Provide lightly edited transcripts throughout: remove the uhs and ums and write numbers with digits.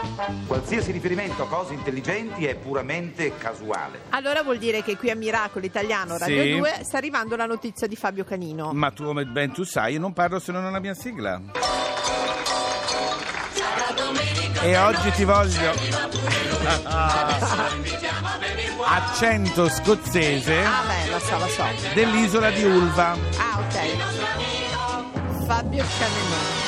Qualsiasi riferimento a cose intelligenti è puramente casuale. Allora vuol dire che qui a Miracolo Italiano Radio Sì. 2 sta arrivando la notizia di Fabio Canino. Ma tu, come ben tu sai, io non parlo se non ho la mia sigla. E oggi ti voglio accento scozzese Lo so. dell'isola di Ulva. Ok. Fabio Canino.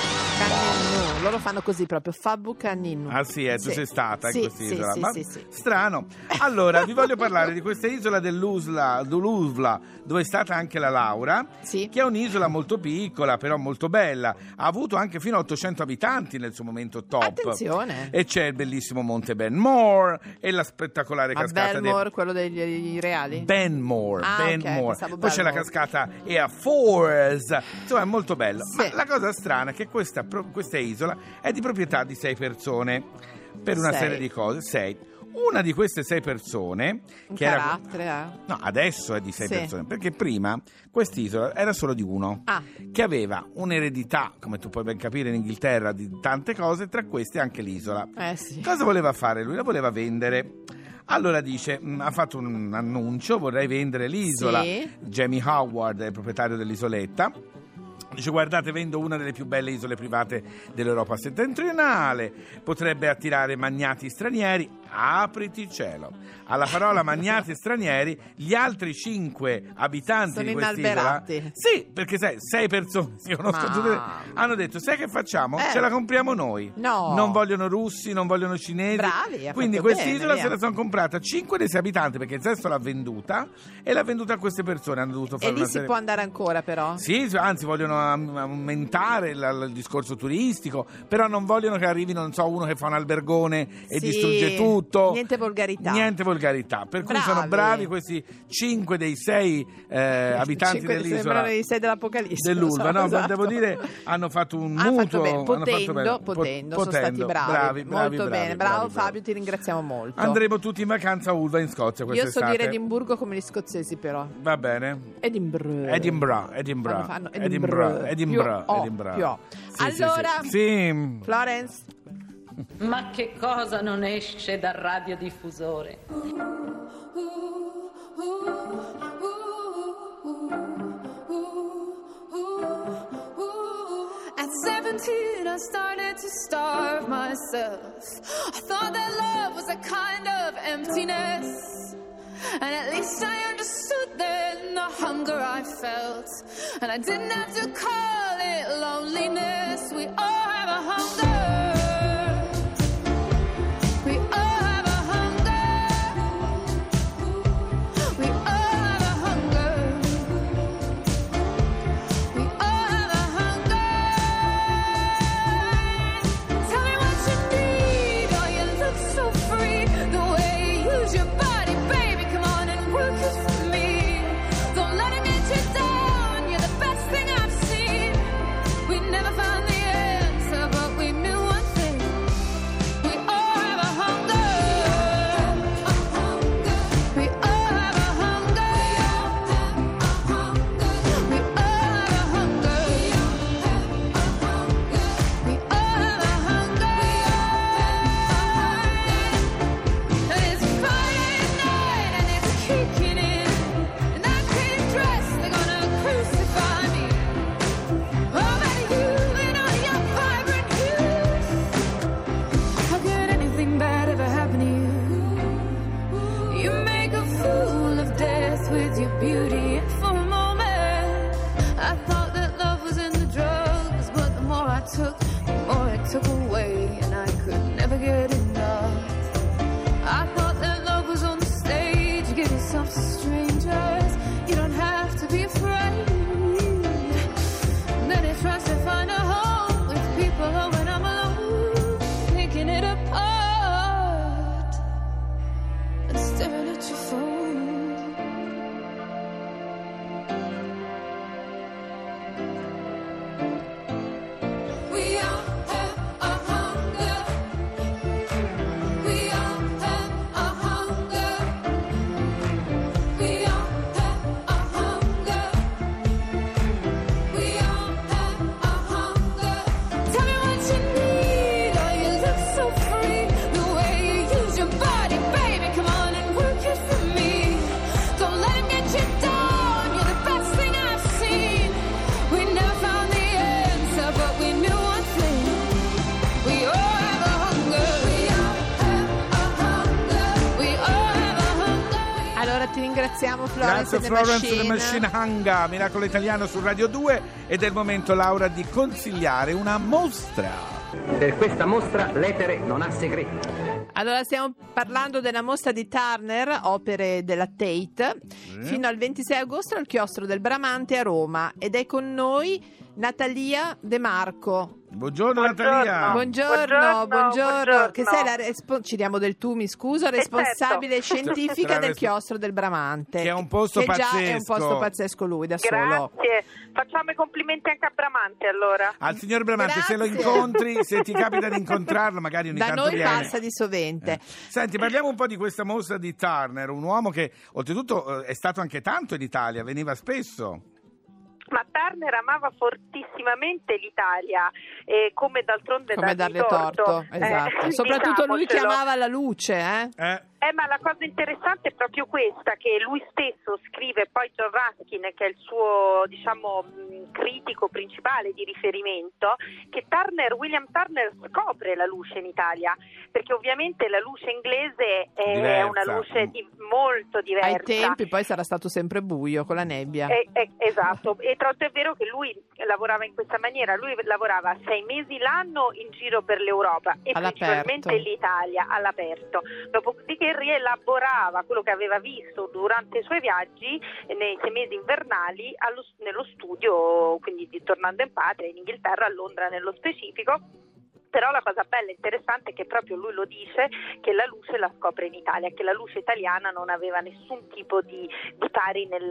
Loro fanno così proprio, Fabio Canino. Ah sì, tu sei stata in quest'isola. Sì, Ma sì. strano. Allora, vi voglio parlare di questa isola dell'Usla, dove è stata anche la Laura, Sì. che è un'isola molto piccola, però molto bella. Ha avuto anche fino a 800 abitanti nel suo momento top. Attenzione. E c'è il bellissimo Monte Benmore e la spettacolare Ma cascata Belmore, quello degli reali? Benmore. Ok, pensavo Poi c'è la Belmore. cascata Ea Falls. Insomma, è molto bello. Sì. Ma la cosa strana è che questa isola è di proprietà di 6 persone per una 6. serie di cose. 6. Una di queste 6 persone Un che era carattere, no, adesso è di 6 Sì. persone, perché prima quest'isola era solo di uno, che aveva un'eredità, come tu puoi ben capire in Inghilterra, di tante cose, tra queste anche l'isola. sì. Cosa voleva fare lui? La voleva vendere. Allora dice, ha fatto un annuncio, vorrei vendere l'isola. Sì. Jamie Howard è il proprietario dell'isoletta. Dice, guardate, vendo una delle più belle isole private dell'Europa settentrionale, potrebbe attirare magnati stranieri. Apriti cielo. Alla parola magnati stranieri, gli altri 5 abitanti Sono di quest'isola, inalberati. sì, perché sai, 6 persone si conoscono tutte, hanno detto, sai che facciamo? Ce la compriamo noi. No. Non vogliono russi, non vogliono cinesi. Bravi, ha quindi fatto quest'isola bene, se via. la sono comprata 5 dei 6 abitanti, perché il sesto l'ha venduta e l'ha venduta a queste persone. Hanno dovuto fare E lì una si serie... può andare ancora però? Sì, anzi vogliono aumentare il discorso turistico, però non vogliono che arrivi, non so, uno che fa un albergone e Sì, distrugge tutto. niente volgarità. Per cui Bravi. sono bravi questi 5 dei 6 abitanti 5 dell'isola. sembrano i 6 dell'Apocalisse. Dell'Ulva, no, esatto. devo dire, hanno fatto un Hanno mutuo. fatto bene, hanno fatto potendo, sono stati bravi. Molto bene, bravo Fabio, ti ringraziamo molto. Andremo tutti in vacanza a Ulva in Scozia Io quest'estate. so dire Edimburgo come gli scozzesi però. Va bene. Edinburgh. Edinburgh. Più O. Allora, sì. Florence. Ma che cosa non esce dal radiodiffusore? At 17 I started to starve myself. I thought that love was a kind of emptiness, and at least I understood then the hunger I felt, and I didn't have to call it loneliness. We all have a hunger. We all have a hunger. We all have a hunger. We all have a hunger. Tell me what you need. Oh, you look so free. The way you use your body, baby. Come on and work it for me. Don't let it get you down. You're the best thing I've seen. We never found the answer, but we knew one thing. We all have a hunger. We all have a hunger. We all have a hunger. We all have a hunger. And it's Friday night and it's kicking in, and I can't dress. They're gonna crucify me. Oh, but you in all your vibrant hues. How could anything bad ever happen to you? You make a fool of death with your beauty, and for a moment I thought that love was in the drugs, but the more I took, the more it took away, and I could never get enough. I thought that love was on the stage. You give yourself to strangers. You don't have to be afraid. Then it tries to find a home with people. Oh, when I'm alone, picking it apart and staring at your phone. We all have a hunger. ringraziamo Florence Grazie the Florence the Machine. Machine Hanga, Miracolo Italiano su Radio 2, ed è il momento, Laura, di consigliare una mostra. Per questa mostra l'etere non ha segreti. Allora, stiamo parlando della mostra di Turner, opere della Tate, fino al 26 agosto al Chiostro del Bramante a Roma, ed è con noi Natalia De Marco. Buongiorno Natalia. Buongiorno. Che sei la ci diamo del tu, mi scuso, responsabile scientifica del Chiostro del Bramante. Che è un posto che pazzesco. Già è un posto pazzesco lui da solo. Grazie, facciamo i complimenti anche a Bramante allora. Al signor Bramante, Grazie. se lo incontri, se ti capita di incontrarlo, magari ogni Da tanto noi viene. passa di sovente. Senti, parliamo un po' di questa mostra di Turner, un uomo che oltretutto è stato anche tanto in Italia, veniva spesso. Ma Turner amava fortissimamente l'Italia, come d'altronde Come darle torto, esatto. Soprattutto lui che diciamocelo. amava la luce, Ma la cosa interessante è proprio questa, che lui stesso scrive, poi John Ruskin, che è il suo, critico principale di riferimento, che William Turner scopre la luce in Italia, perché ovviamente la luce inglese è Diversa. una luce molto diversa. Ai tempi poi sarà stato sempre buio con la nebbia. Esatto, e tanto è vero che lui lavorava in questa maniera, lui lavorava 6 mesi l'anno in giro per l'Europa e All'aperto. principalmente l'Italia all'aperto, dopodiché rielaborava quello che aveva visto durante i suoi viaggi nei 6 mesi invernali nello studio, quindi tornando in patria, in Inghilterra, a Londra nello specifico. Però la cosa bella e interessante è che proprio lui lo dice, che la luce la scopre in Italia, che la luce italiana non aveva nessun tipo di pari nel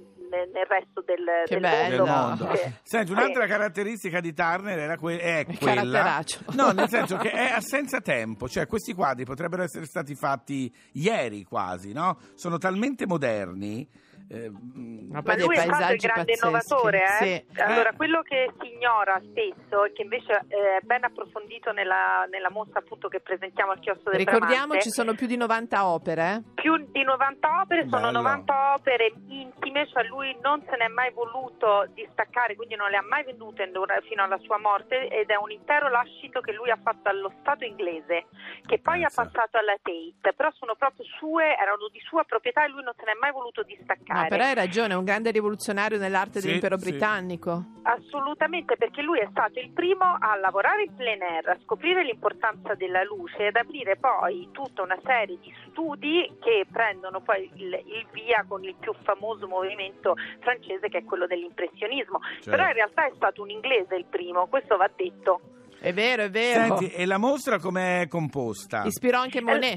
resto del bello. mondo. Senti, un'altra caratteristica di Turner è quella, caratteraccio. no, nel senso che è senza tempo, cioè questi quadri potrebbero essere stati fatti ieri quasi, no? Sono talmente moderni. Ma Ma poi dei lui è stato il paesaggi grande pazzeschi. innovatore, Sì. Allora, quello che si ignora spesso e che invece è ben approfondito nella mostra appunto che presentiamo al Chiostro del Ricordiamo, Bramante. ci sono più di 90 opere. Più di 90 opere, sono Bello. 90 opere intime, cioè lui non se n'è mai voluto distaccare, quindi non le ha mai vendute fino alla sua morte, ed è un intero lascito che lui ha fatto allo Stato inglese, che poi Pensa. ha passato alla Tate, però sono proprio sue, erano di sua proprietà e lui non se n'è mai voluto distaccare. No, però hai ragione, è un grande rivoluzionario nell'arte Sì, dell'impero sì. britannico. Assolutamente, perché lui è stato il primo a lavorare in plein air, a scoprire l'importanza della luce ed aprire poi tutta una serie di studi che prendono poi il via con il più famoso movimento francese, che è quello dell'impressionismo. Certo. Però in realtà è stato un inglese il primo, questo va detto. È vero, è vero. Senti, e la mostra com'è composta? Ispirò anche Monet.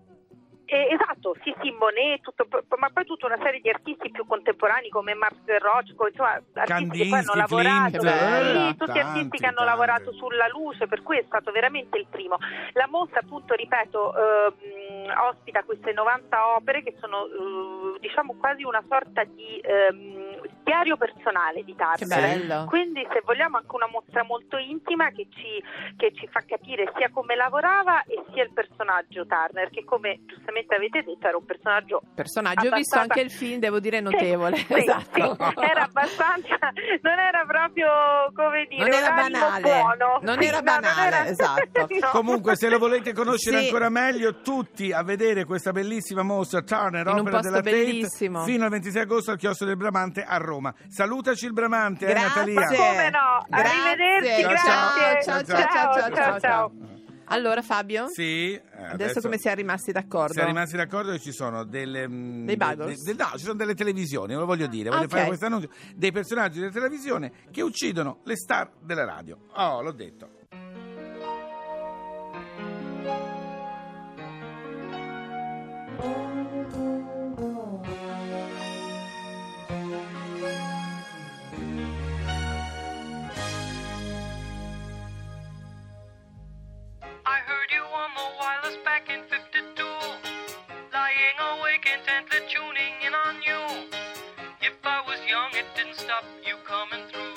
Esatto, sì, Monet, ma poi tutta una serie di artisti più contemporanei come Marc Rothko, insomma, artisti che poi hanno Kandinsky, lavorato, Klimt, sì, tutti tanti, artisti che hanno tanti. lavorato sulla luce, per cui è stato veramente il primo. La mostra, appunto, ripeto, ospita queste 90 opere che sono, diciamo, quasi una sorta di diario personale di Turner. Che bello. Quindi, se vogliamo, anche una mostra molto intima che ci fa capire sia come lavorava e sia il personaggio Turner, che come giustamente avete detto era un personaggio Ho visto anche il film, devo dire, notevole. Sì, Esatto. sì, era abbastanza, non era proprio, come dire, Non era un animo banale. buono. Non Sì, era no, non banale, esatto. no. Comunque, se lo volete conoscere Sì. ancora meglio, tutti a vedere questa bellissima mostra Turner, In un opera posto della Tate, bellissimo. fino al 26 agosto al Chiostro del Bramante a Roma. Salutaci il Bramante, Grazie. Natalia. Come no? Grazie. Arrivederci, Ciao, grazie. ciao. Ciao. Allora, Fabio? Sì, Adesso come si è rimasti d'accordo? siamo rimasti d'accordo che ci sono delle Dei buggles? no, ci sono delle televisioni, lo voglio dire, Ah, voglio ok. fare questo annuncio, dei personaggi della televisione che uccidono le star della radio. Oh, l'ho detto. I heard you on the wireless back in 52, lying awake intently tuning in on you. If I was young, it didn't stop you coming through.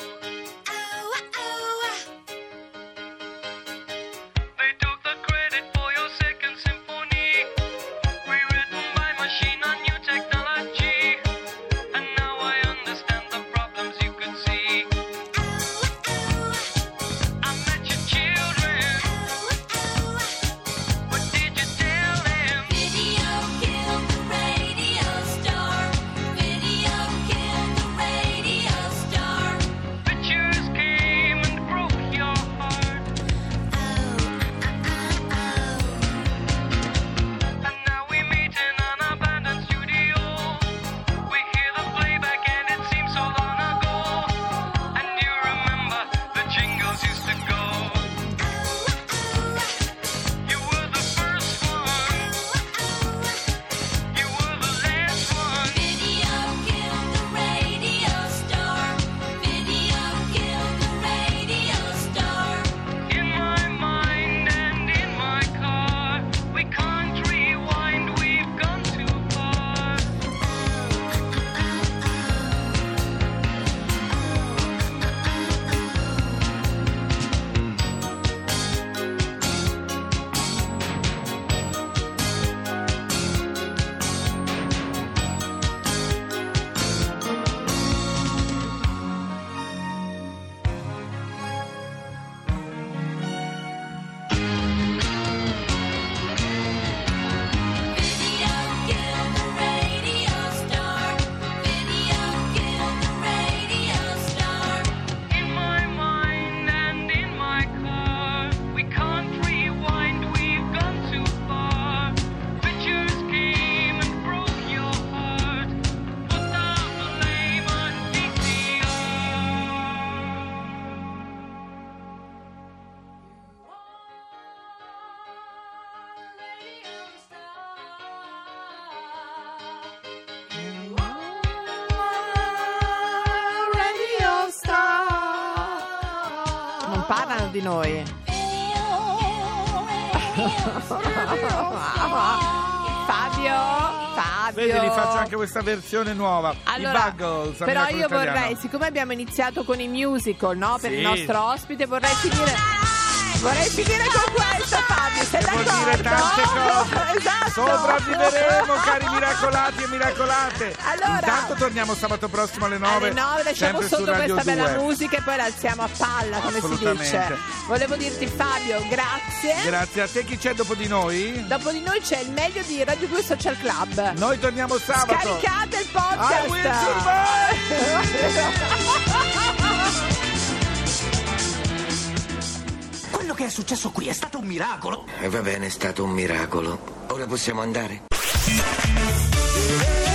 They took the credit for your second symphony, rewritten by machine on new technology. And now I understand the problems you could see. I met your children. What did you Radio Star. Non parlano di noi. Fabio. Vedi, li faccio anche questa versione nuova. Allora, I Buggles, a però Miracolo io Italiano. vorrei, siccome abbiamo iniziato con i musical, no? Per Sì. il nostro ospite, vorrei finire con questo, Fabio. Sei Vuol d'accordo? dire tante cose. Esatto. Sopravviveremo, cari miracolati e miracolate. Allora, intanto torniamo sabato prossimo alle 9. Alle 9 lasciamo sempre su sotto Radio questa 2. bella musica e poi la alziamo a palla, come si Assolutamente. dice. Volevo dirti, Fabio, grazie. Grazie a te. Chi c'è dopo di noi? Dopo di noi c'è il meglio di Radio 2 Social Club. Noi torniamo sabato. Scaricate il I podcast. will survive. Quello che è successo qui è stato un miracolo. Va bene, è stato un miracolo. Ora possiamo andare?